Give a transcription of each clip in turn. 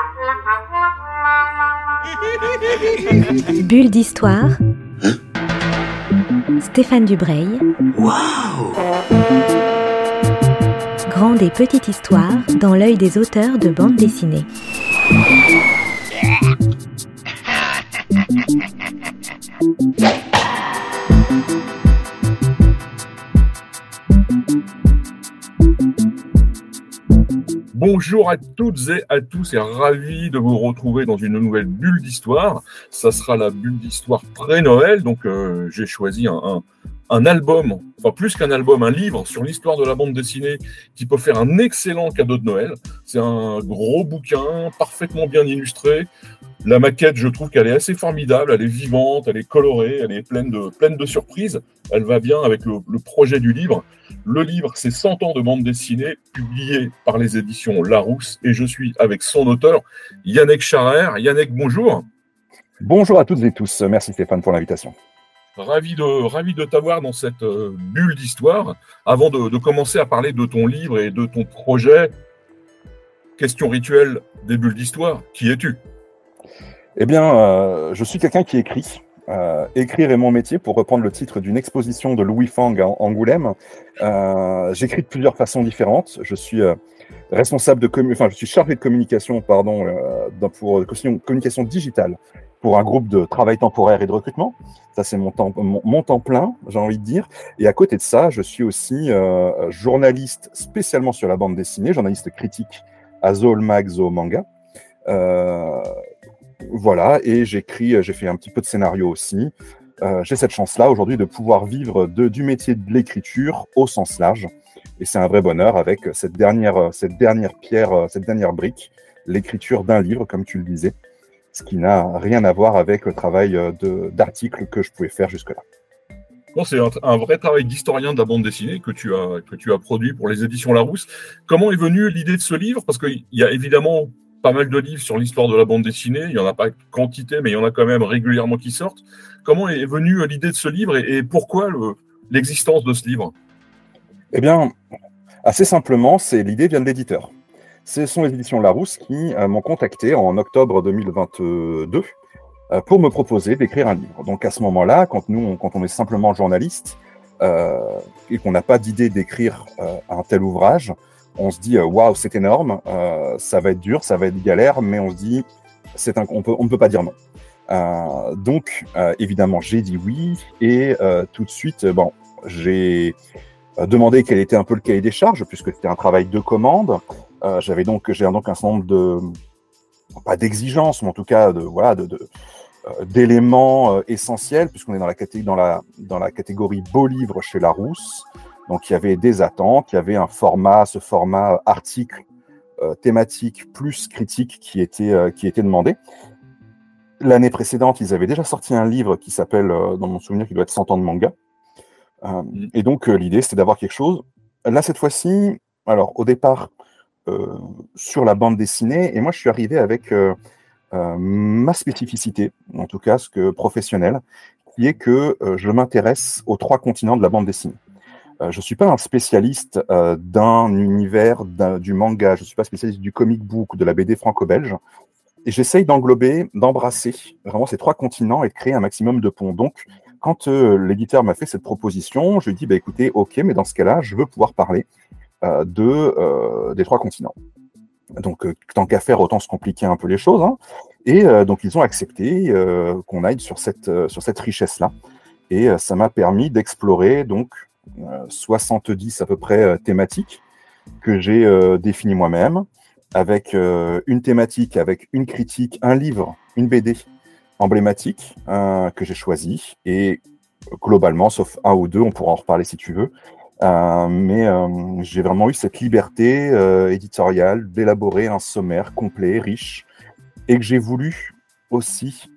Bulle d'histoire. Stéphane Dubreuil. Waouh! Grande et petite histoire dans l'œil des auteurs de bande dessinée. Bonjour à toutes et à tous et ravi de vous retrouver dans une nouvelle bulle d'histoire. Ça sera la bulle d'histoire pré-Noël, donc j'ai choisi un album, enfin plus qu'un album, un livre sur l'histoire de la bande dessinée qui peut faire un excellent cadeau de Noël. C'est un gros bouquin, parfaitement bien illustré. La maquette, je trouve qu'elle est assez formidable, elle est vivante, elle est colorée, elle est pleine de surprises. Elle va bien avec le projet du livre. Le livre, c'est 100 ans de bande dessinée, publié par les éditions Larousse, et je suis avec son auteur, Yannick Scharrer. Yannick, bonjour. Bonjour à toutes et tous. Merci Stéphane pour l'invitation. Ravi de t'avoir dans cette bulle d'histoire. Avant de commencer à parler de ton livre et de ton projet, question rituelle des bulles d'histoire, qui es-tu ? Eh bien, je suis quelqu'un qui écrit. Écrire est mon métier, pour reprendre le titre d'une exposition de Louis Fang à Angoulême. J'écris de plusieurs façons différentes. Je suis responsable je suis chargé de communication, pour communication digitale pour un groupe de travail temporaire et de recrutement. Ça, c'est mon temps plein, j'ai envie de dire. Et à côté de ça, je suis aussi journaliste spécialement sur la bande dessinée, journaliste critique à Zool Mag, Zool Manga. Voilà, et j'ai fait un petit peu de scénario aussi. J'ai cette chance-là aujourd'hui de pouvoir vivre du métier de l'écriture au sens large. Et c'est un vrai bonheur avec cette dernière brique, l'écriture d'un livre, comme tu le disais, ce qui n'a rien à voir avec le travail d'article que je pouvais faire jusque-là. Bon, c'est un vrai travail d'historien de la bande dessinée que tu as produit pour les éditions Larousse. Comment est venue l'idée de ce livre ? Parce qu'il y a évidemment pas mal de livres sur l'histoire de la bande dessinée. Il n'y en a pas quantité, mais il y en a quand même régulièrement qui sortent. Comment est venue l'idée de ce livre et pourquoi l'existence de ce livre ? Eh bien, assez simplement, l'idée vient de l'éditeur. Ce sont les éditions Larousse qui m'ont contacté en octobre 2022 pour me proposer d'écrire un livre. Donc à ce moment-là, quand on est simplement journaliste et qu'on n'a pas d'idée d'écrire un tel ouvrage, on se dit waouh, c'est énorme, ça va être dur, ça va être galère, mais on se dit on ne peut pas dire non. Donc évidemment, j'ai dit oui et tout de suite, j'ai demandé quel était un peu le cahier des charges puisque c'était un travail de commande. J'ai donc un certain nombre pas d'exigences, mais en tout cas d'éléments essentiels puisqu'on est dans la catégorie beau livre chez Larousse. Donc, il y avait des attentes, il y avait ce format article thématique plus critique qui était demandé. L'année précédente, ils avaient déjà sorti un livre qui s'appelle, dans mon souvenir, qui doit être 100 ans de manga. Et donc, l'idée, c'était d'avoir quelque chose. Là, cette fois-ci, alors, au départ, sur la bande dessinée, et moi, je suis arrivé avec ma spécificité, en tout cas, professionnelle, qui est que je m'intéresse aux 3 continents de la bande dessinée. Je ne suis pas un spécialiste d'un univers du manga, je ne suis pas spécialiste du comic book ou de la BD franco-belge. Et j'essaye d'embrasser vraiment ces 3 continents et de créer un maximum de ponts. Donc, quand l'éditeur m'a fait cette proposition, je lui ai dit, écoutez, ok, mais dans ce cas-là, je veux pouvoir parler des 3 continents. Donc, tant qu'à faire, autant se compliquer un peu les choses. Hein. Et donc, ils ont accepté qu'on aille sur cette richesse-là. Et ça m'a permis d'explorer donc 70 à peu près thématiques que j'ai définies moi-même, avec une thématique, avec une critique, un livre, une BD emblématique que j'ai choisi, et globalement, sauf un ou deux, on pourra en reparler si tu veux, mais j'ai vraiment eu cette liberté éditoriale d'élaborer un sommaire complet, riche, et que j'ai voulu aussi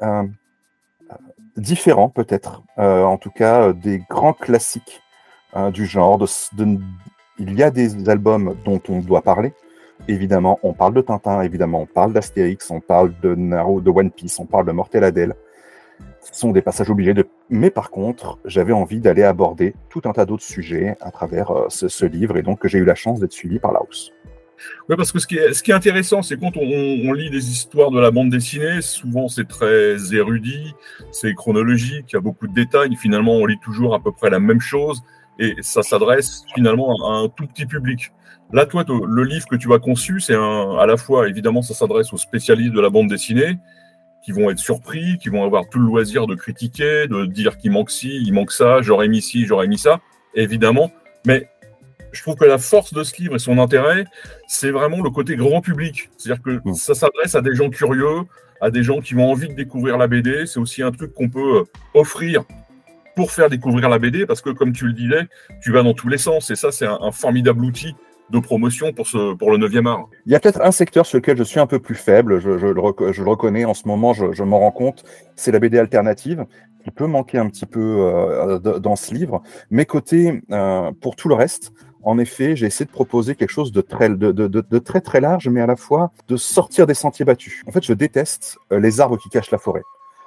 différent peut-être, en tout cas des grands classiques du genre. Il y a des albums dont on doit parler. Évidemment, on parle de Tintin, évidemment, on parle d'Astérix, on parle de Naruto, de One Piece, on parle de Mortel Adèle. Ce sont des passages obligés. Mais par contre, j'avais envie d'aller aborder tout un tas d'autres sujets à travers ce livre, et donc j'ai eu la chance d'être suivi par Larousse. Oui, parce que ce qui est intéressant, c'est quand on lit des histoires de la bande dessinée, souvent c'est très érudit, c'est chronologique, il y a beaucoup de détails. Finalement, on lit toujours à peu près la même chose et ça s'adresse finalement à un tout petit public. Là, toi, le livre que tu as conçu, c'est à la fois, évidemment, ça s'adresse aux spécialistes de la bande dessinée qui vont être surpris, qui vont avoir tout le loisir de critiquer, de dire qu'il manque ci, il manque ça, j'aurais mis ci, j'aurais mis ça, évidemment. Mais je trouve que la force de ce livre et son intérêt, c'est vraiment le côté grand public. C'est-à-dire que ça s'adresse à des gens curieux, à des gens qui ont envie de découvrir la BD. C'est aussi un truc qu'on peut offrir pour faire découvrir la BD, parce que comme tu le disais, tu vas dans tous les sens. Et ça, c'est un formidable outil de promotion pour le 9e art. Il y a peut-être un secteur sur lequel je suis un peu plus faible, je le reconnais en ce moment, je m'en rends compte, c'est la BD alternative, qui peut manquer un petit peu dans ce livre. Mais côté, pour tout le reste, en effet, j'ai essayé de proposer quelque chose de très très large, mais à la fois de sortir des sentiers battus. En fait, je déteste les arbres qui cachent la forêt.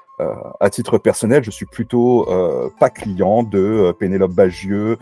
À titre personnel, je suis plutôt pas client de Pénélope Bagieux,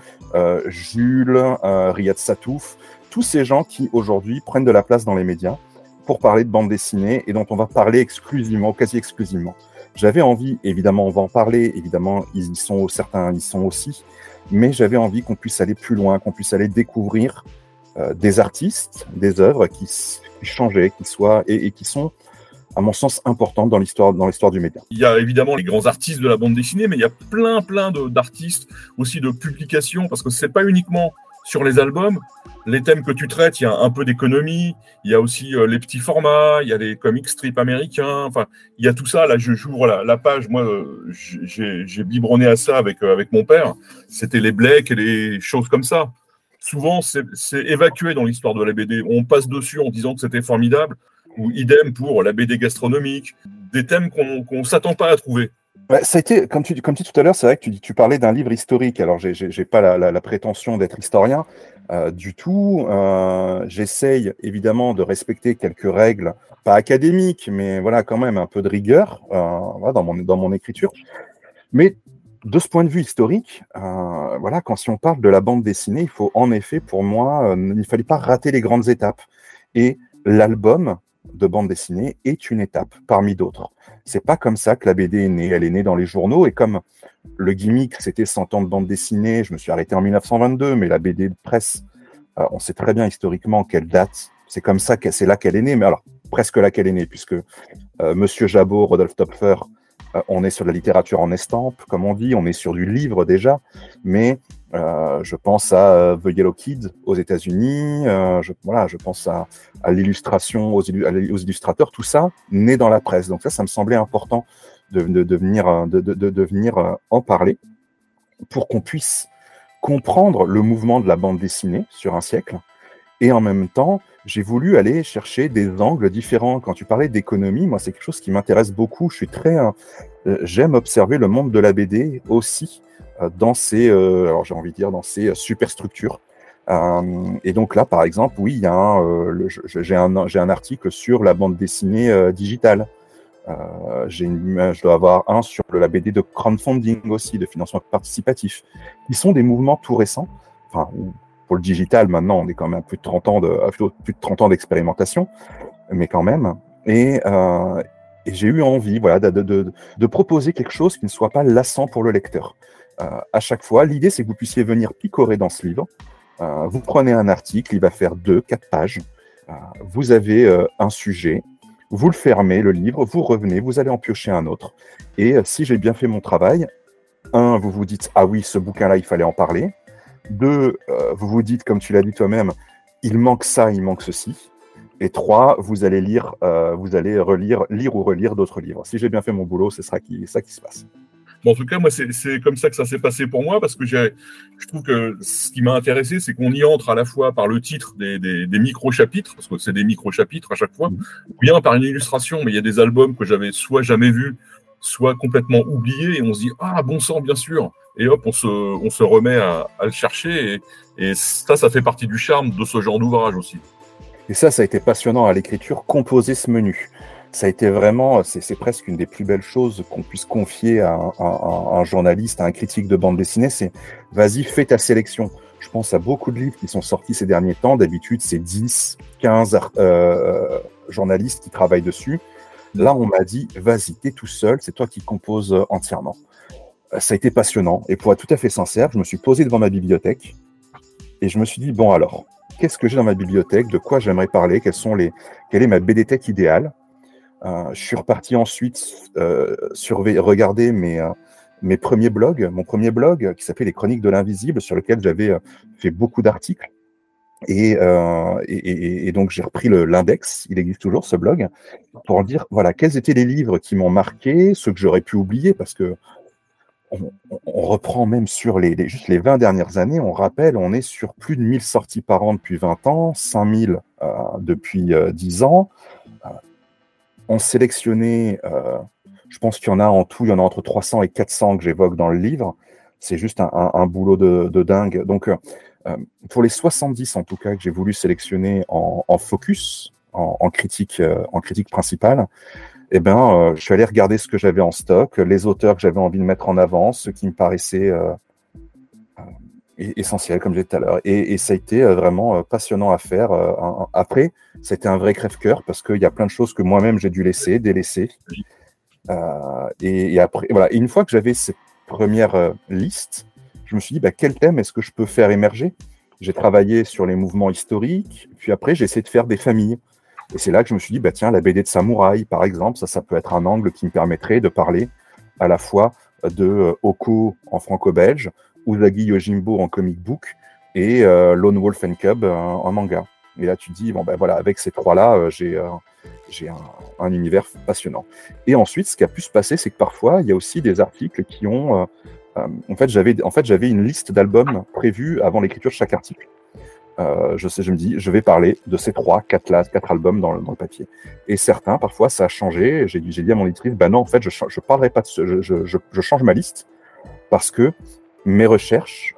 Jules, Riyad Satouf, tous ces gens qui aujourd'hui prennent de la place dans les médias pour parler de bande dessinée et dont on va parler exclusivement, quasi exclusivement. J'avais envie, évidemment, on va en parler, évidemment, certains y sont aussi, mais j'avais envie qu'on puisse aller plus loin, qu'on puisse aller découvrir des artistes, des œuvres qui changeaient, et qui sont, à mon sens, importantes dans l'histoire du média. Il y a évidemment les grands artistes de la bande dessinée, mais il y a plein d'artistes, aussi de publications, parce que c'est pas uniquement sur les albums. Les thèmes que tu traites, il y a un peu d'économie, il y a aussi les petits formats, il y a les comic strips américains, enfin, il y a tout ça. Là, j'ouvre la page, moi, j'ai biberonné à ça avec mon père. C'était les Blake et les choses comme ça. Souvent, c'est évacué dans l'histoire de la BD. On passe dessus en disant que c'était formidable, ou idem pour la BD gastronomique, des thèmes qu'on s'attend pas à trouver. Ouais, ça a été, comme tu dis tout à l'heure, c'est vrai que tu parlais d'un livre historique. Alors, j'ai pas la prétention d'être historien du tout. J'essaye évidemment de respecter quelques règles, pas académiques, mais voilà, quand même un peu de rigueur voilà, dans mon écriture. Mais de ce point de vue historique, voilà, si on parle de la bande dessinée, il faut en effet, pour moi, il ne fallait pas rater les grandes étapes. Et l'album de bande dessinée est une étape parmi d'autres. C'est pas comme ça que la BD est née. Elle est née dans les journaux, et comme le gimmick, c'était 100 ans de bande dessinée, je me suis arrêté en 1922, mais la BD de presse, on sait très bien historiquement quelle date, c'est comme ça, c'est là qu'elle est née, mais alors, presque là qu'elle est née, puisque Monsieur Jabot, Rodolphe Töpfer, on est sur de la littérature en estampe, comme on dit, on est sur du livre déjà, mais je pense à The Yellow Kid aux États-Unis, je pense à l'illustration, aux illustrateurs, tout ça né dans la presse. Donc ça me semblait important de venir en parler pour qu'on puisse comprendre le mouvement de la bande dessinée sur un siècle. Et en même temps, j'ai voulu aller chercher des angles différents. Quand tu parlais d'économie, moi, c'est quelque chose qui m'intéresse beaucoup. J'aime observer le monde de la BD aussi dans ces superstructures. Et donc là, par exemple, oui, il y a j'ai un article sur la bande dessinée digitale. Je dois avoir un sur la BD de crowdfunding aussi, de financement participatif, qui sont des mouvements tout récents. Enfin, pour le digital, maintenant, on est quand même à plus de 30 ans d'expérimentation, mais quand même. Et j'ai eu envie, voilà, de proposer quelque chose qui ne soit pas lassant pour le lecteur. À chaque fois, l'idée, c'est que vous puissiez venir picorer dans ce livre. Vous prenez un article, il va faire 2-4 pages. Vous avez un sujet, vous le fermez, le livre, vous revenez, vous allez en piocher un autre. Et si j'ai bien fait mon travail, 1, vous vous dites « Ah oui, ce bouquin-là, il fallait en parler ». 2, vous vous dites, comme tu l'as dit toi-même, il manque ça, il manque ceci. Et 3, vous allez lire ou relire d'autres livres. Si j'ai bien fait mon boulot, c'est ça qui se passe. Bon, en tout cas, moi, c'est comme ça que ça s'est passé pour moi, parce que je trouve que ce qui m'a intéressé, c'est qu'on y entre à la fois par le titre des micro-chapitres, parce que c'est des micro-chapitres à chaque fois, ou bien par une illustration, mais il y a des albums que j'avais soit jamais vus, soit complètement oubliés, et on se dit « Ah, bon sang, bien sûr !» Et hop, on se remet à le chercher, et ça fait partie du charme de ce genre d'ouvrage aussi. Et ça a été passionnant à l'écriture, composer ce menu. Ça a été vraiment, c'est presque une des plus belles choses qu'on puisse confier à un journaliste, à un critique de bande dessinée, c'est vas-y, fais ta sélection. Je pense à beaucoup de livres qui sont sortis ces derniers temps. D'habitude, c'est 10, 15 journalistes qui travaillent dessus. Là, on m'a dit, vas-y, t'es tout seul, c'est toi qui composes entièrement. Ça a été passionnant. Et pour être tout à fait sincère, je me suis posé devant ma bibliothèque et je me suis dit, bon alors, qu'est-ce que j'ai dans ma bibliothèque? De quoi j'aimerais parler? Quelle est ma BD-tech idéale? Je suis reparti ensuite regarder mes premiers blogs. Mon premier blog qui s'appelait Les Chroniques de l'Invisible, sur lequel j'avais fait beaucoup d'articles. Et donc, j'ai repris l'index, il existe toujours ce blog, pour dire, voilà, quels étaient les livres qui m'ont marqué, ceux que j'aurais pu oublier, parce que on reprend même sur juste les 20 dernières années, on rappelle, on est sur plus de 1000 sorties par an depuis 20 ans, 5000 depuis 10 ans. On sélectionnait, je pense qu'il y en a en tout, il y en a entre 300 et 400 que j'évoque dans le livre. C'est juste un boulot de dingue. Donc, pour les 70 en tout cas que j'ai voulu sélectionner en focus, en critique principale, eh ben, je suis allé regarder ce que j'avais en stock, les auteurs que j'avais envie de mettre en avant, ceux qui me paraissaient essentiels, comme j'ai dit tout à l'heure. Et ça a été vraiment passionnant à faire. Après, c'était un vrai crève-cœur parce qu'il y a plein de choses que moi-même j'ai dû délaisser. Et après, voilà. Et une fois que j'avais cette première liste, je me suis dit, quel thème est-ce que je peux faire émerger? J'ai travaillé sur les mouvements historiques, puis après, j'ai essayé de faire des familles. Et c'est là que je me suis dit, tiens, la BD de samouraï, par exemple, ça peut être un angle qui me permettrait de parler à la fois de Oko en franco-belge, Usagi Yojimbo en comic book et Lone Wolf and Cub en manga. Et là, tu te dis, voilà, avec ces trois-là, j'ai un univers passionnant. Et ensuite, ce qui a pu se passer, c'est que parfois, il y a aussi des articles qui ont... en fait, j'avais une liste d'albums prévue avant l'écriture de chaque article. Je me dis, je vais parler de ces 4 albums dans le papier. Et certains, parfois, ça a changé. J'ai dit à mon éditrice, non, en fait, je parlerai pas de ce, je change ma liste parce que mes recherches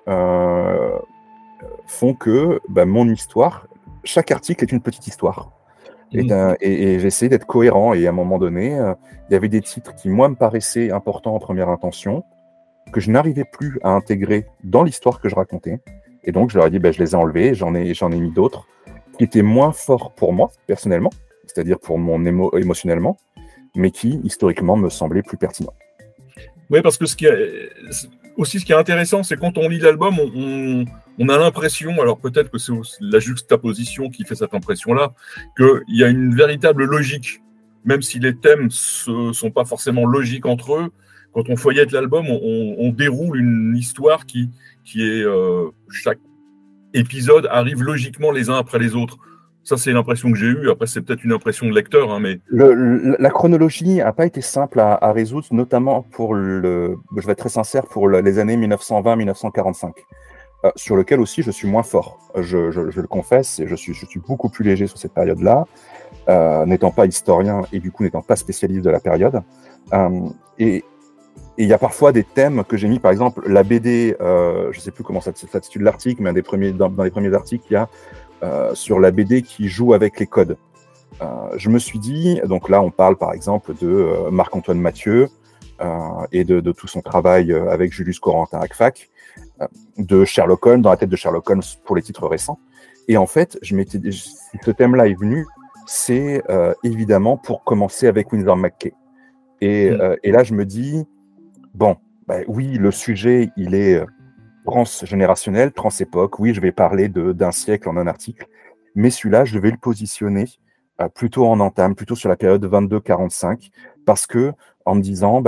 font que mon histoire, chaque article est une petite histoire. Et j'ai essayé d'être cohérent. Et à un moment donné, il y avait des titres qui, moi, me paraissaient importants en première intention, que je n'arrivais plus à intégrer dans l'histoire que je racontais. Et donc, je leur ai dit, je les ai enlevés, j'en ai mis d'autres qui étaient moins forts pour moi, personnellement, c'est-à-dire pour mon émotionnellement, mais qui, historiquement, me semblaient plus pertinents. Oui, parce que ce qui est intéressant, c'est quand on lit l'album, on a l'impression, alors peut-être que c'est la juxtaposition qui fait cette impression-là, qu'il y a une véritable logique, même si les thèmes ne sont pas forcément logiques entre eux. Quand on feuillette l'album, on déroule une histoire qui est... chaque épisode arrive logiquement les uns après les autres. Ça, c'est l'impression que j'ai eue. Après, c'est peut-être une impression de lecteur, mais... La chronologie n'a pas été simple à résoudre, notamment pour je vais être très sincère, pour les années 1920-1945, sur lequel aussi je suis moins fort. Je le confesse, et je suis beaucoup plus léger sur cette période-là, n'étant pas historien et du coup n'étant pas spécialiste de la période. Et il y a parfois des thèmes que j'ai mis, par exemple, la BD, je ne sais plus comment ça s'intitule l'article, mais dans les premiers articles, il y a sur la BD qui joue avec les codes. Je me suis dit, donc là, on parle par exemple de Marc-Antoine Mathieu et de tout son travail avec Julius Corentin Hackfack, de Sherlock Holmes, dans la tête de Sherlock Holmes pour les titres récents. Et en fait, ce thème-là est venu, c'est évidemment pour commencer avec Winsor McCay. Et là, je me dis, oui, le sujet, il est transgénérationnel, trans-époque. Oui, je vais parler d'un siècle en un article. Mais celui-là, je vais le positionner plutôt en entame, plutôt sur la période 22-45, parce que, en me disant,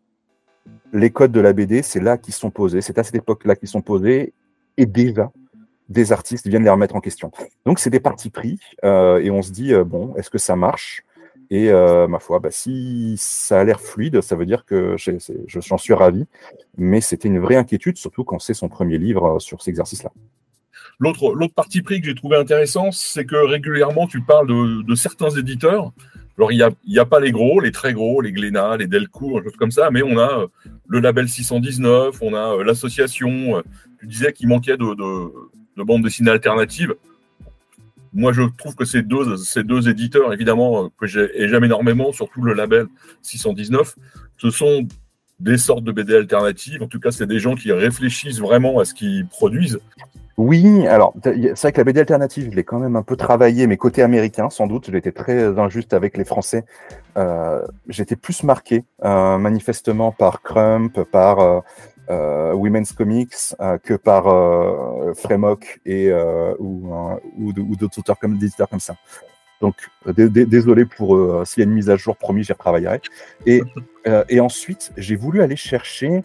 les codes de la BD, c'est là qu'ils sont posés, c'est à cette époque-là qu'ils sont posés, et déjà, des artistes viennent les remettre en question. Donc, c'est des partis pris, et on se dit, est-ce que ça marche ? Et ma foi, si ça a l'air fluide, ça veut dire que j'en suis ravi. Mais c'était une vraie inquiétude, surtout quand c'est son premier livre sur cet exercice-là. L'autre parti pris que j'ai trouvé intéressant, c'est que régulièrement, tu parles de certains éditeurs. Alors, il y a pas les gros, les très gros, les Glénat, les Delcourt, des choses comme ça, mais on a le label 619, on a l'association. Tu disais qu'il manquait de bandes dessinées alternatives. Moi, je trouve que ces deux éditeurs, évidemment, que j'aime énormément, surtout le label 619, ce sont des sortes de BD alternatives. En tout cas, c'est des gens qui réfléchissent vraiment à ce qu'ils produisent. Oui, alors c'est vrai que la BD alternative, je l'ai quand même un peu travaillé, mais côté américain, sans doute, j'ai été très injuste avec les Français. J'étais plus marqué manifestement par Crump, par Women's Comics que par Frémoc et ou d'autres auteurs comme d'éditeurs comme ça. Donc désolé pour s'il y a une mise à jour, promis, j'y retravaillerai. Et ensuite, j'ai voulu aller chercher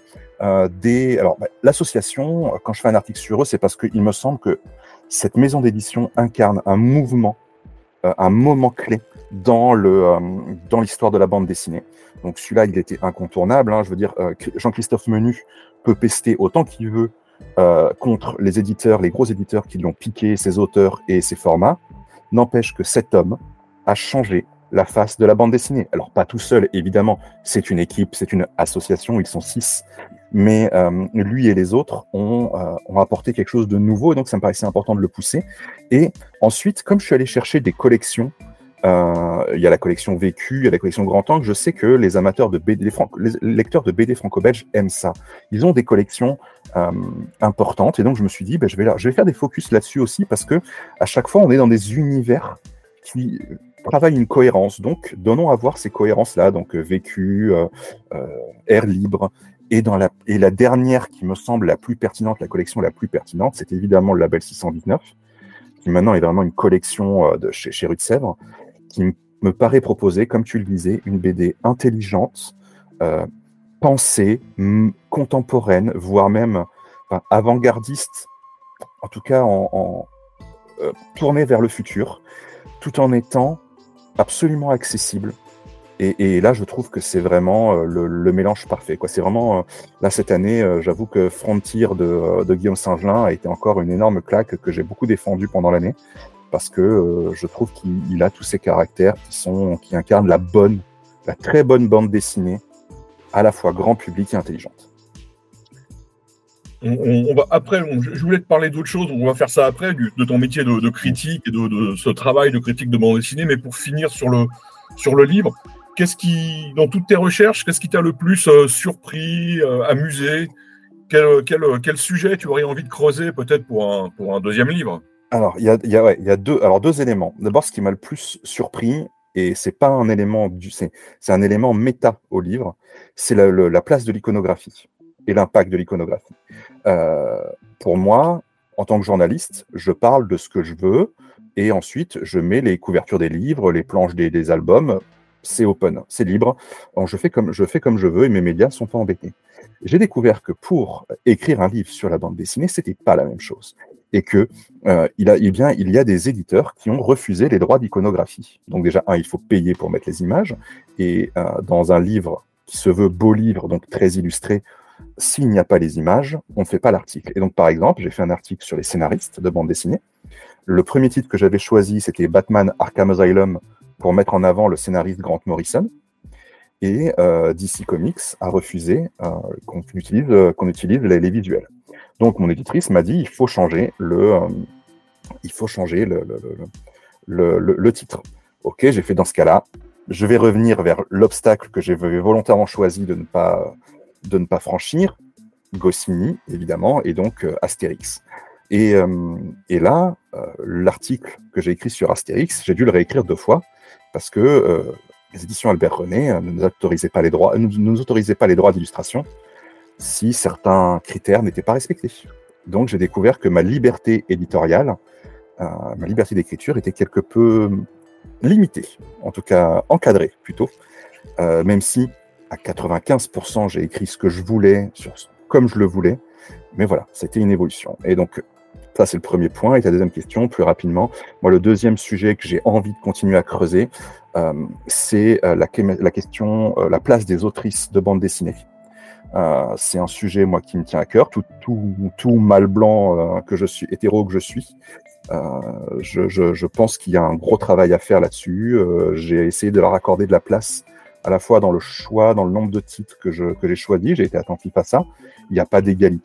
l'association. Quand je fais un article sur eux, c'est parce qu'il me semble que cette maison d'édition incarne un mouvement, un moment clé dans l'histoire de la bande dessinée. Donc celui-là, il était incontournable. Hein. Je veux dire, Jean-Christophe Menu peut pester autant qu'il veut contre les éditeurs, les gros éditeurs qui l'ont piqué, ses auteurs et ses formats. N'empêche que cet homme a changé la face de la bande dessinée. Alors, pas tout seul, évidemment, c'est une équipe, c'est une association, ils sont 6, mais lui et les autres ont apporté quelque chose de nouveau, et donc ça me paraissait important de le pousser. Et ensuite, comme je suis allé chercher des collections, il y a la collection Vécu, il y a la collection Grand Angle, je sais que les amateurs de BD, les lecteurs de BD franco-belges aiment ça. Ils ont des collections importantes, et donc je me suis dit, je vais faire des focus là-dessus aussi, parce que à chaque fois, on est dans des univers qui travaillent une cohérence. Donc, donnons à voir ces cohérences-là. Donc, Vécu, Air Libre, et la dernière qui me semble la plus pertinente, la collection la plus pertinente, c'est évidemment le label 619, qui maintenant est vraiment une collection chez Rue de Sèvres, qui me paraît proposer, comme tu le disais, une BD intelligente, pensée, contemporaine, voire même avant-gardiste, en tout cas tournée vers le futur, tout en étant absolument accessible. Et là, je trouve que c'est vraiment le mélange parfait, quoi. C'est vraiment, là, cette année, j'avoue que Frontier de Guillaume Singelin a été encore une énorme claque que j'ai beaucoup défendu pendant l'année, parce que je trouve qu'il a tous ces caractères qui incarnent la très bonne bande dessinée, à la fois grand public et intelligente. On va, après, je voulais te parler d'autre chose, on va faire ça après, de ton métier de critique et de ce travail de critique de bande dessinée, mais pour finir sur le livre, dans toutes tes recherches, qu'est-ce qui t'a le plus surpris, amusé? Quel sujet tu aurais envie de creuser peut-être pour un deuxième livre? Alors, il y a deux éléments. D'abord, ce qui m'a le plus surpris, et c'est pas un élément c'est un élément méta au livre, c'est la place de l'iconographie et l'impact de l'iconographie. Pour moi, en tant que journaliste, je parle de ce que je veux, et ensuite, je mets les couvertures des livres, les planches des albums, c'est open, c'est libre. Donc, je fais comme je veux, et mes médias ne sont pas embêtés. J'ai découvert que pour écrire un livre sur la bande dessinée, c'était pas la même chose. Et que il y a des éditeurs qui ont refusé les droits d'iconographie. Donc déjà, il faut payer pour mettre les images. Et dans un livre qui se veut beau livre, donc très illustré, s'il n'y a pas les images, on ne fait pas l'article. Et donc, par exemple, j'ai fait un article sur les scénaristes de bande dessinée. Le premier titre que j'avais choisi, c'était Batman Arkham Asylum, pour mettre en avant le scénariste Grant Morrison. Et DC Comics a refusé qu'on utilise les visuels. Donc, mon éditrice m'a dit, il faut changer le titre. Ok, j'ai fait dans ce cas-là. Je vais revenir vers l'obstacle que j'ai volontairement choisi de ne pas franchir. Goscinny, évidemment, et donc Astérix. Et là, l'article que j'ai écrit sur Astérix, j'ai dû le réécrire 2 fois, parce que les éditions Albert René ne nous autorisaient pas les droits d'illustration si certains critères n'étaient pas respectés. Donc j'ai découvert que ma liberté éditoriale, ma liberté d'écriture était quelque peu limitée, en tout cas encadrée plutôt, même si à 95% j'ai écrit ce que je voulais, comme je le voulais, mais voilà, c'était une évolution. Et donc ça c'est le premier point. Et ta deuxième question, plus rapidement, moi le deuxième sujet que j'ai envie de continuer à creuser, c'est la question, la place des autrices de bande dessinée. C'est un sujet, moi, qui me tient à cœur, tout mâle blanc que je suis, hétéro que je suis. Je pense qu'il y a un gros travail à faire là-dessus. J'ai essayé de leur accorder de la place, à la fois dans le choix, dans le nombre de titres que j'ai choisis. J'ai été attentif à ça. Il n'y a pas d'égalité.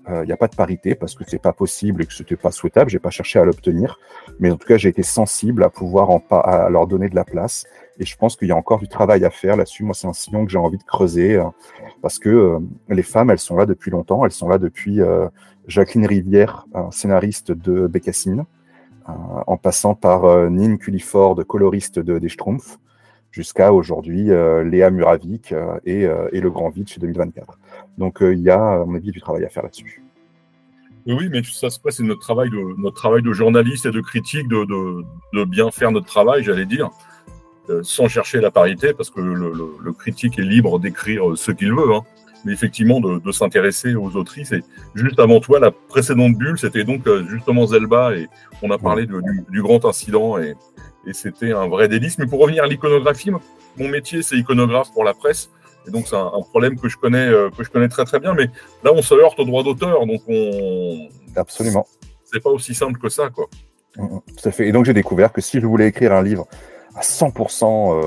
Il n'y a pas de parité parce que c'est pas possible et que c'était pas souhaitable. J'ai pas cherché à l'obtenir, mais en tout cas, j'ai été sensible à pouvoir à leur donner de la place. Et je pense qu'il y a encore du travail à faire là-dessus. Moi, c'est un sillon que j'ai envie de creuser parce que les femmes, elles sont là depuis longtemps. Elles sont là depuis Jacqueline Rivière, scénariste de Bécassine, en passant par Nin Culliford, coloriste des Schtroumpfs, jusqu'à aujourd'hui Léa Muravik et Le Grand Vide chez 2024. Donc il y a, à mon avis, du travail à faire là-dessus. Oui, mais ça, c'est notre travail de journaliste et de critique de bien faire notre travail, j'allais dire, sans chercher la parité, parce que le critique est libre d'écrire ce qu'il veut, hein. Mais effectivement de s'intéresser aux autrices. Et juste avant toi, la précédente bulle, c'était donc justement Zelba, et on a parlé du grand incident, et c'était un vrai délice. Mais pour revenir à l'iconographie, mon métier, c'est iconographe pour la presse. Et donc, c'est un problème que je connais très très bien. Mais là, on se heurte au droit d'auteur. Donc, Absolument. C'est pas aussi simple que ça, quoi. Tout à fait. Et donc, j'ai découvert que si je voulais écrire un livre à 100%,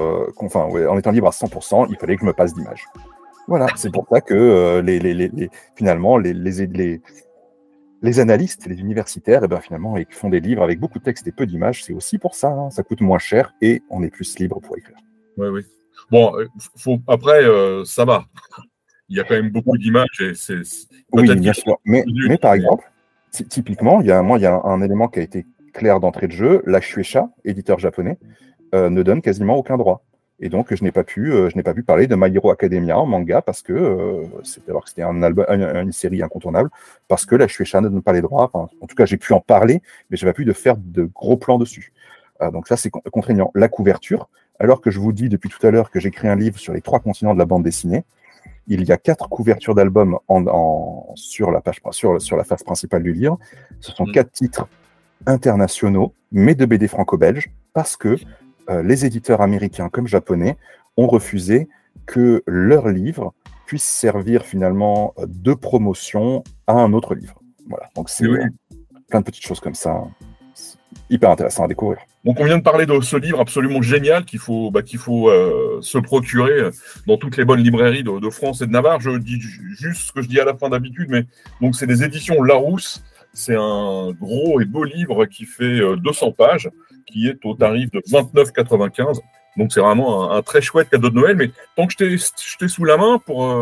en étant libre à 100%, il fallait que je me passe d'images. Voilà. C'est pour ça que finalement, les analystes, les universitaires, finalement, ils font des livres avec beaucoup de textes et peu d'images. C'est aussi pour ça. Hein. Ça coûte moins cher et on est plus libre pour écrire. Oui, oui. Bon, après, ça va. Il y a quand même beaucoup d'images. Oui, bien sûr. Mais par exemple, typiquement, il y a un élément qui a été clair d'entrée de jeu. La Shueisha, éditeur japonais, ne donne quasiment aucun droit. Et donc, je n'ai pas pu parler de My Hero Academia en manga parce que c'était une série incontournable, parce que la Shueisha ne donne pas les droits. Enfin, en tout cas, j'ai pu en parler, mais je n'avais pas pu faire de gros plans dessus. Donc ça, c'est contraignant. La couverture, alors que je vous dis depuis tout à l'heure que j'écris un livre sur les 3 continents de la bande dessinée, il y a 4 couvertures d'albums sur la face principale du livre. Ce sont 4 titres internationaux, mais de BD franco-belge, parce que les éditeurs américains comme japonais ont refusé que leur livre puisse servir finalement de promotion à un autre livre. Voilà, donc c'est plein de petites choses comme ça, hyper intéressant à découvrir. Donc on vient de parler de ce livre absolument génial qu'il faut se procurer dans toutes les bonnes librairies de France et de Navarre. Je dis juste ce que je dis à la fin d'habitude, mais donc c'est des éditions Larousse. C'est un gros et beau livre qui fait 200 pages, qui est au tarif de 29,95 €. Donc c'est vraiment un très chouette cadeau de Noël. Mais tant que je t'ai sous la main,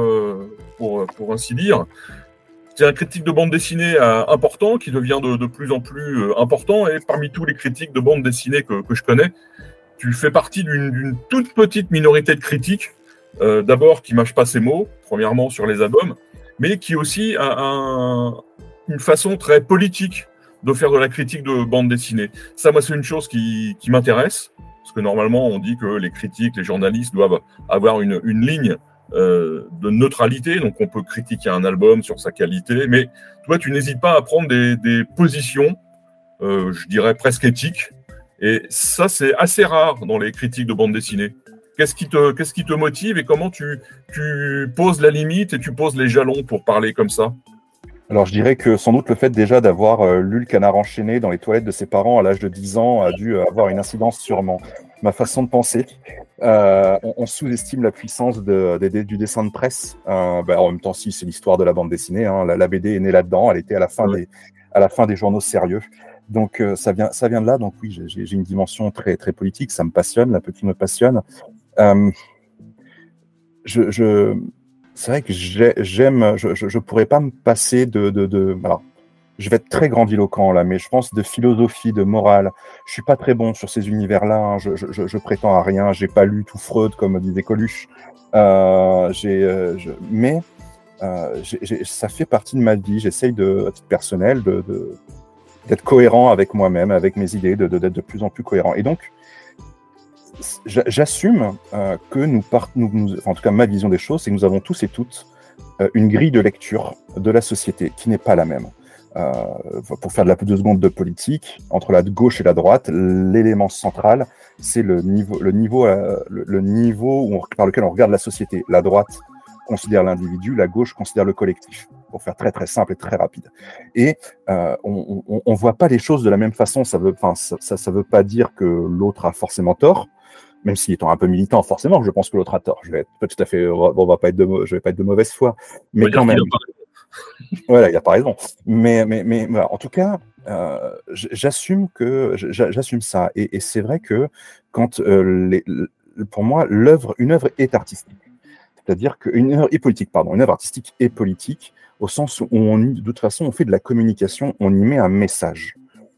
pour ainsi dire, c'est un critique de bande dessinée important qui devient de plus en plus important. Et parmi tous les critiques de bande dessinée que je connais, tu fais partie d'une toute petite minorité de critiques. D'abord, qui mâchent pas ses mots, premièrement sur les albums, mais qui aussi a une façon très politique de faire de la critique de bande dessinée. Ça, moi, c'est une chose qui m'intéresse, parce que normalement, on dit que les critiques, les journalistes doivent avoir une ligne de neutralité, donc on peut critiquer un album sur sa qualité, mais toi, tu n'hésites pas à prendre des positions, je dirais presque éthiques, et ça, c'est assez rare dans les critiques de bande dessinée. Qu'est-ce qui te motive et comment tu poses la limite et tu poses les jalons pour parler comme ça ? Alors, je dirais que sans doute le fait déjà d'avoir lu Le Canard enchaîné dans les toilettes de ses parents à l'âge de 10 ans a dû avoir une incidence sur ma façon de penser. On sous-estime la puissance du dessin de presse. En même temps, si, c'est l'histoire de la bande dessinée. Hein, la BD est née là-dedans. Elle était à la fin des journaux sérieux. Donc, ça vient de là. Donc, oui, j'ai une dimension très, très politique. Ça me passionne. La politique me passionne. C'est vrai que je pourrais pas me passer alors, je vais être très grandiloquent là, mais je pense de philosophie, de morale. Je suis pas très bon sur ces univers-là. Hein. Je prétends à rien. J'ai pas lu tout Freud comme disait Coluche. Mais ça fait partie de ma vie. J'essaye à titre personnel d'être cohérent avec moi-même, avec mes idées, d'être de plus en plus cohérent. Et donc, j'assume que en tout cas ma vision des choses, c'est que nous avons tous et toutes une grille de lecture de la société qui n'est pas la même. Pour faire de la 2 secondes de politique, entre la gauche et la droite, l'élément central, c'est le niveau par lequel on regarde la société. La droite considère l'individu, la gauche considère le collectif, pour faire très très simple et très rapide. Et on voit pas les choses de la même façon. Ça veut pas dire que l'autre a forcément tort, même si étant un peu militant, forcément, je pense que l'autre a tort. Je vais pas être de mauvaise foi, mais quand même. Voilà, il n'y a pas raison. Mais voilà, en tout cas, j'assume ça. Et c'est vrai que quand, pour moi, une œuvre est artistique. C'est-à-dire qu'une œuvre est politique, pardon. Une œuvre artistique est politique, au sens où, de toute façon, on fait de la communication, on y met un message.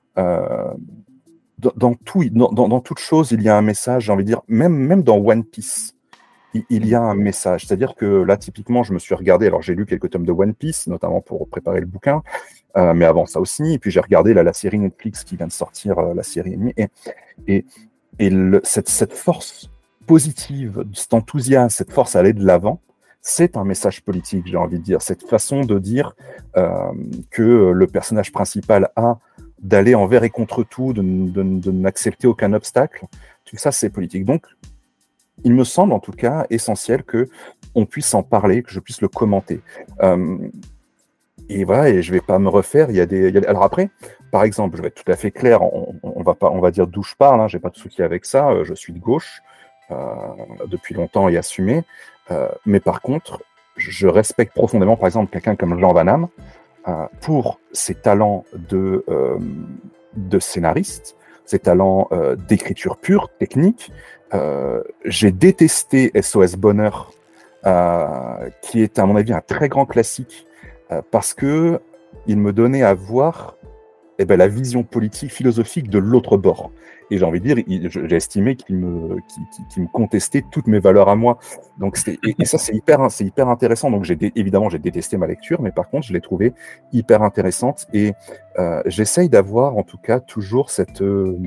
Dans toute chose, il y a un message, j'ai envie de dire, même dans One Piece, il y a un message. C'est-à-dire que là, typiquement, je me suis regardé, alors j'ai lu quelques tomes de One Piece, notamment pour préparer le bouquin, mais avant ça aussi, et puis j'ai regardé la série Netflix qui vient de sortir, la série ennemie, et cette force positive, cet enthousiasme, cette force à aller de l'avant, c'est un message politique, j'ai envie de dire. Cette façon de dire que le personnage principal a d'aller envers et contre tout, de n'accepter aucun obstacle, tout ça, c'est politique. Donc, il me semble en tout cas essentiel qu'on puisse en parler, que je puisse le commenter. Et voilà, et je ne vais pas me refaire. Alors après, par exemple, je vais être tout à fait clair, on va dire d'où je parle, hein, je n'ai pas de souci avec ça, je suis de gauche depuis longtemps et assumé, mais par contre, je respecte profondément, par exemple, quelqu'un comme Jean Van Damme, pour ses talents de scénariste, ses talents d'écriture pure, technique. J'ai détesté SOS Bonheur, qui est à mon avis un très grand classique, parce que il me donnait à voir la vision politique, philosophique de l'autre bord. Et j'ai envie de dire, j'ai estimé qu'il me contestait toutes mes valeurs à moi. Donc et ça, c'est hyper intéressant. Donc évidemment, j'ai détesté ma lecture, mais par contre, je l'ai trouvée hyper intéressante. Et j'essaye d'avoir, en tout cas, toujours cette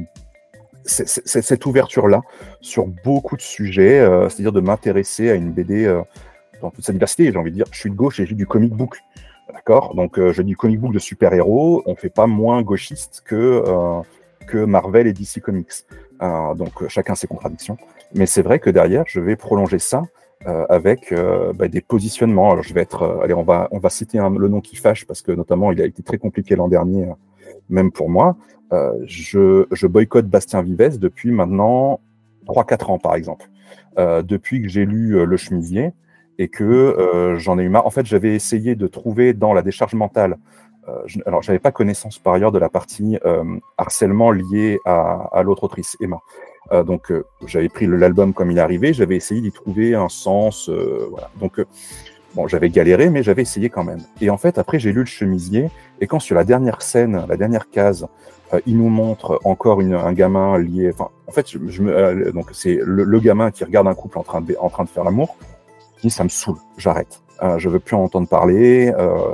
ouverture-là sur beaucoup de sujets, c'est-à-dire de m'intéresser à une BD dans toute sa diversité. J'ai envie de dire, je suis de gauche et j'ai du comic book. D'accord ? Donc, je dis comic book de super-héros, on ne fait pas moins gauchiste que Marvel et DC Comics. Donc, chacun ses contradictions. Mais c'est vrai que derrière, je vais prolonger ça avec des positionnements. Alors, je vais être... allez, on va citer le nom qui fâche, parce que notamment, il a été très compliqué l'an dernier, même pour moi. Je boycotte Bastien Vives depuis maintenant 3-4 ans, par exemple. Depuis que j'ai lu Le Chemisier, et que j'en ai eu marre. En fait, j'avais essayé de trouver dans la décharge mentale, alors j'avais pas connaissance par ailleurs de la partie harcèlement lié à l'autre autrice, Emma. Donc j'avais pris l'album comme il est arrivé, j'avais essayé d'y trouver un sens, voilà. Donc bon, j'avais galéré, mais j'avais essayé quand même. Et en fait, après, j'ai lu Le Chemisier, et quand sur la dernière scène, la dernière case, il nous montre encore un gamin lié... Enfin, en fait, donc c'est le gamin qui regarde un couple en train de faire l'amour. Ça me saoule, j'arrête. Je veux plus en entendre parler.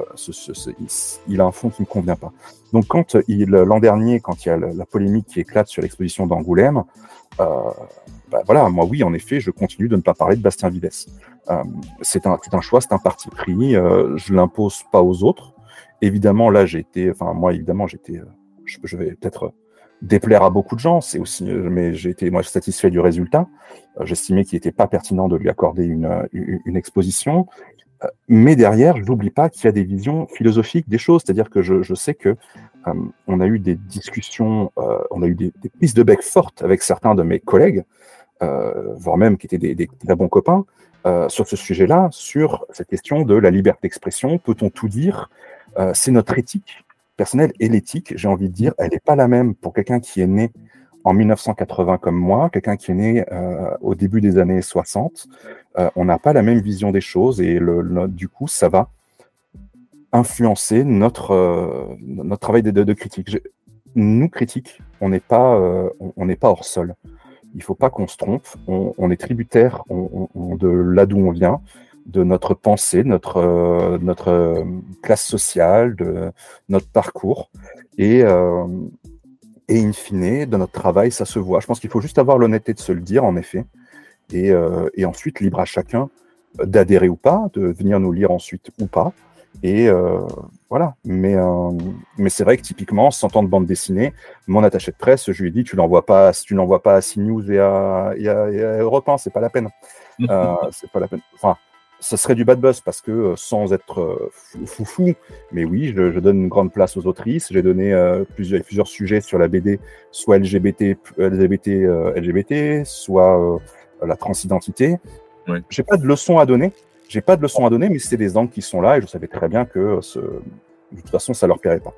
Il a un fond qui me convient pas. Donc quand l'an dernier, quand il y a la polémique qui éclate sur l'exposition d'Angoulême, voilà, moi oui, en effet, je continue de ne pas parler de Bastien Vives. C'est un choix, c'est un parti pris. Je l'impose pas aux autres. Évidemment, là, je vais peut-être déplaire à beaucoup de gens, mais j'ai été moi satisfait du résultat. J'estimais qu'il n'était pas pertinent de lui accorder une exposition, mais derrière, je n'oublie pas qu'il y a des visions philosophiques des choses, c'est-à-dire que je sais que on a eu des discussions, on a eu des prises de bec fortes avec certains de mes collègues, voire même qui étaient des très bons copains, sur ce sujet-là, sur cette question de la liberté d'expression. Peut-on tout dire ? C'est notre éthique personnelle, et l'éthique, j'ai envie de dire, elle n'est pas la même pour quelqu'un qui est né en 1980 comme moi, quelqu'un qui est né au début des années 60. On n'a pas la même vision des choses, et du coup, ça va influencer notre travail de critique. Nous, critiques, on n'est pas hors sol. Il ne faut pas qu'on se trompe. On est tributaire de là d'où on vient, de notre pensée, de notre classe sociale, de notre parcours, et in fine, de notre travail, ça se voit. Je pense qu'il faut juste avoir l'honnêteté de se le dire, en effet, et ensuite, libre à chacun d'adhérer ou pas, de venir nous lire ensuite ou pas, et voilà. Mais c'est vrai que typiquement, 100 ans de bande dessinée, mon attaché de presse, je lui ai dit, tu n'envoies pas à CNews et à Europe 1, c'est pas la peine. C'est pas la peine. Enfin, ça serait du bad buzz, parce que sans être foufou, mais oui, je donne une grande place aux autrices. J'ai donné plusieurs sujets sur la BD, soit LGBT, soit la transidentité. Oui. J'ai pas de leçons à donner, J'ai pas de leçon à donner, mais c'est des angles qui sont là et je savais très bien que de toute façon, ça leur plairait pas.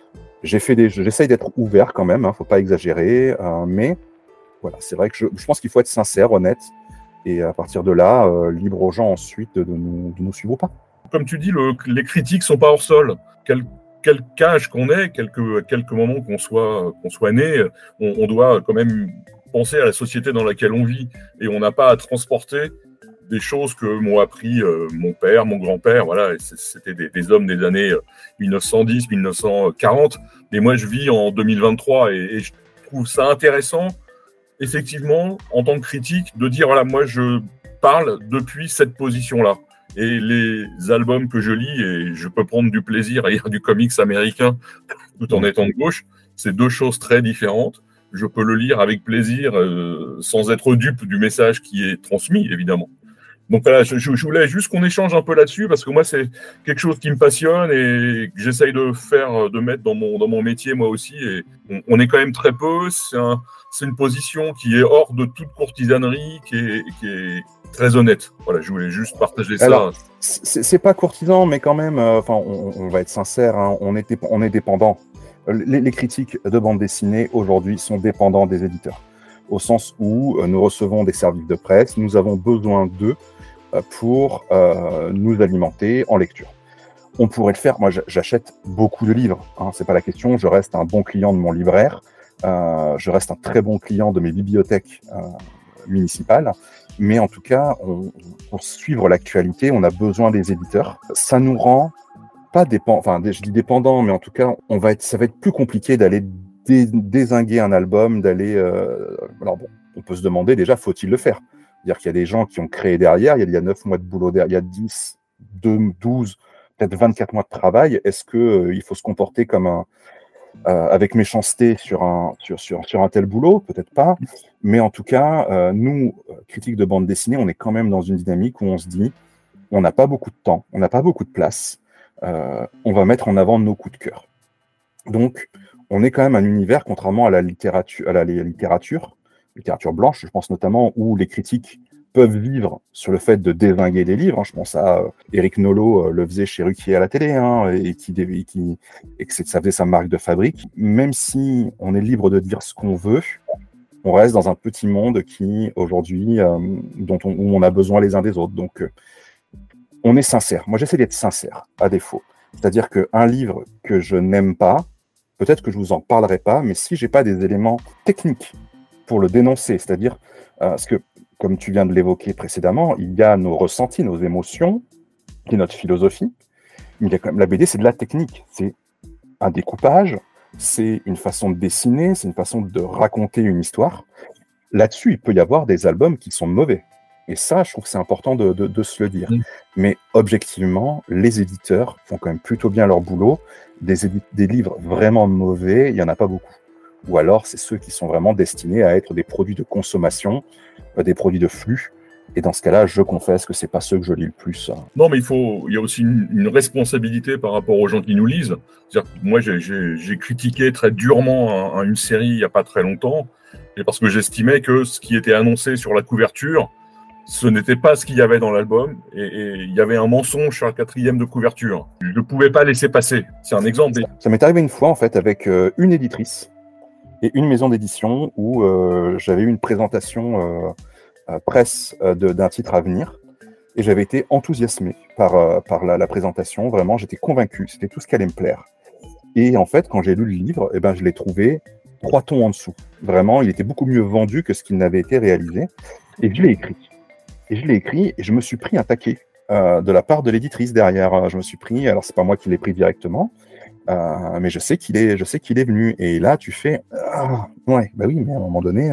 J'essaye d'être ouvert quand même, faut pas exagérer, mais voilà, c'est vrai que je pense qu'il faut être sincère, honnête, et à partir de là, libre aux gens ensuite de nous suivre ou pas. Comme tu dis, les critiques sont pas hors sol. Quel âge qu'on ait, quelques moments qu'on soit né, on doit quand même penser à la société dans laquelle on vit, et on n'a pas à transporter des choses que m'ont appris mon père, mon grand-père, voilà, c'était des hommes des années 1910, 1940, mais moi je vis en 2023 et je trouve ça intéressant, effectivement, en tant que critique, de dire, voilà, moi je parle depuis cette position-là. Et les albums que je lis, et je peux prendre du plaisir à lire du comics américain tout en étant de gauche, c'est deux choses très différentes. Je peux le lire avec plaisir, sans être dupe du message qui est transmis, évidemment. Donc voilà, je voulais juste qu'on échange un peu là-dessus, parce que moi, c'est quelque chose qui me passionne et que j'essaye de mettre dans mon métier, moi aussi. Et on est quand même très peu. C'est une position qui est hors de toute courtisanerie, qui est très honnête. Voilà, je voulais juste partager ça. Alors, c'est pas courtisan, mais quand même, on va être sincère, hein, on est dépendant. Les critiques de bande dessinée, aujourd'hui, sont dépendants des éditeurs. Au sens où nous recevons des services de presse, nous avons besoin d'eux pour nous alimenter en lecture. On pourrait le faire. Moi, j'achète beaucoup de livres, hein, c'est pas la question. Je reste un bon client de mon libraire. Je reste un très bon client de mes bibliothèques municipales. Mais en tout cas, pour suivre l'actualité, on a besoin des éditeurs. Ça nous rend pas dépendant. Enfin, je dis dépendant, mais en tout cas, ça va être plus compliqué d'aller dézinguer un album, d'aller. Alors bon, on peut se demander déjà, faut-il le faire? C'est-à-dire qu'il y a des gens qui ont créé derrière, il y a 9 mois de boulot derrière, il y a 10, 12, peut-être 24 mois de travail. Est-ce que il faut se comporter comme avec méchanceté sur un tel boulot? Peut-être pas. Mais en tout cas, nous, critiques de bande dessinée, on est quand même dans une dynamique où on se dit, on n'a pas beaucoup de temps, on n'a pas beaucoup de place, on va mettre en avant nos coups de cœur. Donc, on est quand même un univers, contrairement à la littérature blanche, je pense notamment, où les critiques peuvent vivre sur le fait de dézinguer des livres. Je pense à Éric Nolot, le faisait chez Ruquier à la télé, hein, et que ça faisait sa marque de fabrique. Même si on est libre de dire ce qu'on veut, on reste dans un petit monde qui, aujourd'hui, où on a besoin les uns des autres. Donc, on est sincère. Moi, j'essaie d'être sincère, à défaut. C'est-à-dire qu'un livre que je n'aime pas, peut-être que je vous en parlerai pas, mais si j'ai pas des éléments techniques pour le dénoncer, c'est-à-dire, parce que, comme tu viens de l'évoquer précédemment, il y a nos ressentis, nos émotions, qui est notre philosophie, mais il y a quand même la BD, c'est de la technique, c'est un découpage, c'est une façon de dessiner, c'est une façon de raconter une histoire. Là-dessus, il peut y avoir des albums qui sont mauvais. Et ça, je trouve que c'est important de se le dire. Mais objectivement, les éditeurs font quand même plutôt bien leur boulot. Des livres vraiment mauvais, il n'y en a pas beaucoup. Ou alors, c'est ceux qui sont vraiment destinés à être des produits de consommation, des produits de flux. Et dans ce cas-là, je confesse que c'est pas ceux que je lis le plus. Non, mais il y a aussi une responsabilité par rapport aux gens qui nous lisent. C'est-à-dire que moi, j'ai critiqué très durement une série il n'y a pas très longtemps, et parce que j'estimais que ce qui était annoncé sur la couverture, ce n'était pas ce qu'il y avait dans l'album, et il y avait un mensonge sur la 4e de couverture. Je ne pouvais pas laisser passer. C'est un exemple. Ça m'est arrivé une fois, en fait, avec une éditrice et une maison d'édition où j'avais eu une présentation presse d'un titre à venir, et j'avais été enthousiasmé par la présentation. Vraiment, j'étais convaincu, c'était tout ce qui allait me plaire. Et en fait, quand j'ai lu le livre, je l'ai trouvé 3 tons en dessous. Vraiment, il était beaucoup mieux vendu que ce qu'il n'avait été réalisé. Et je l'ai écrit. Et je me suis pris un taquet de la part de l'éditrice derrière. Je me suis pris, alors c'est pas moi qui l'ai pris directement, mais je sais qu'il est venu. Et là, tu fais, ouais, bah oui, mais à un moment donné,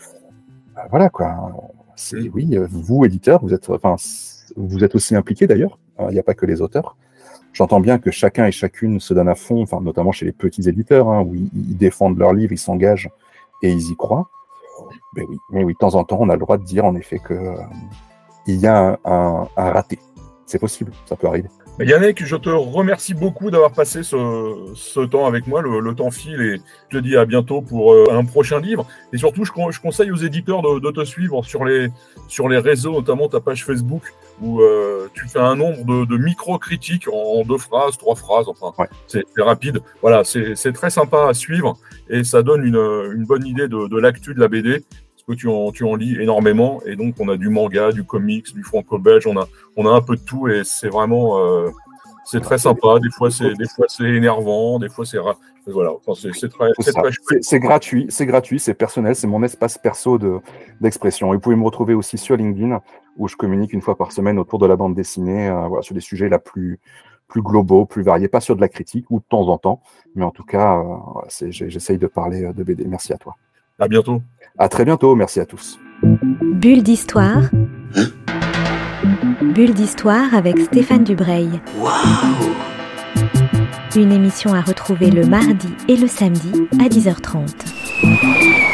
voilà quoi. Oui, vous, éditeurs, vous êtes aussi impliqués d'ailleurs. Il n'y a pas que les auteurs. J'entends bien que chacun et chacune se donne à fond, enfin, notamment chez les petits éditeurs, hein, où ils défendent leurs livres, ils s'engagent et ils y croient. Mais oui, de temps en temps, on a le droit de dire en effet que il y a un raté. C'est possible, ça peut arriver. Yannick, je te remercie beaucoup d'avoir passé ce temps avec moi. Le temps file et je te dis à bientôt pour un prochain livre. Et surtout, je conseille aux éditeurs de te suivre sur les réseaux, notamment ta page Facebook, où tu fais un nombre de micro-critiques en 2 phrases, 3 phrases, enfin, c'est rapide. Voilà, c'est très sympa à suivre et ça donne une bonne idée de l'actu de la BD. Parce que tu en lis énormément et donc on a du manga, du comics, du franco-belge, on a un peu de tout et c'est vraiment c'est très sympa. Des fois c'est énervant, des fois c'est voilà. Enfin, c'est très chouette. C'est gratuit, c'est personnel, c'est mon espace perso d'expression. Et vous pouvez me retrouver aussi sur LinkedIn où je communique une fois par semaine autour de la bande dessinée, voilà, sur des sujets plus globaux, plus variés, pas sur de la critique ou de temps en temps, mais en tout cas, voilà, j'essaye de parler de BD. Merci à toi. À bientôt. À très bientôt, merci à tous. Bulle d'histoire. Bulle d'histoire avec Stéphane Dubreuil. Waouh! Une émission à retrouver le mardi et le samedi à 10h30.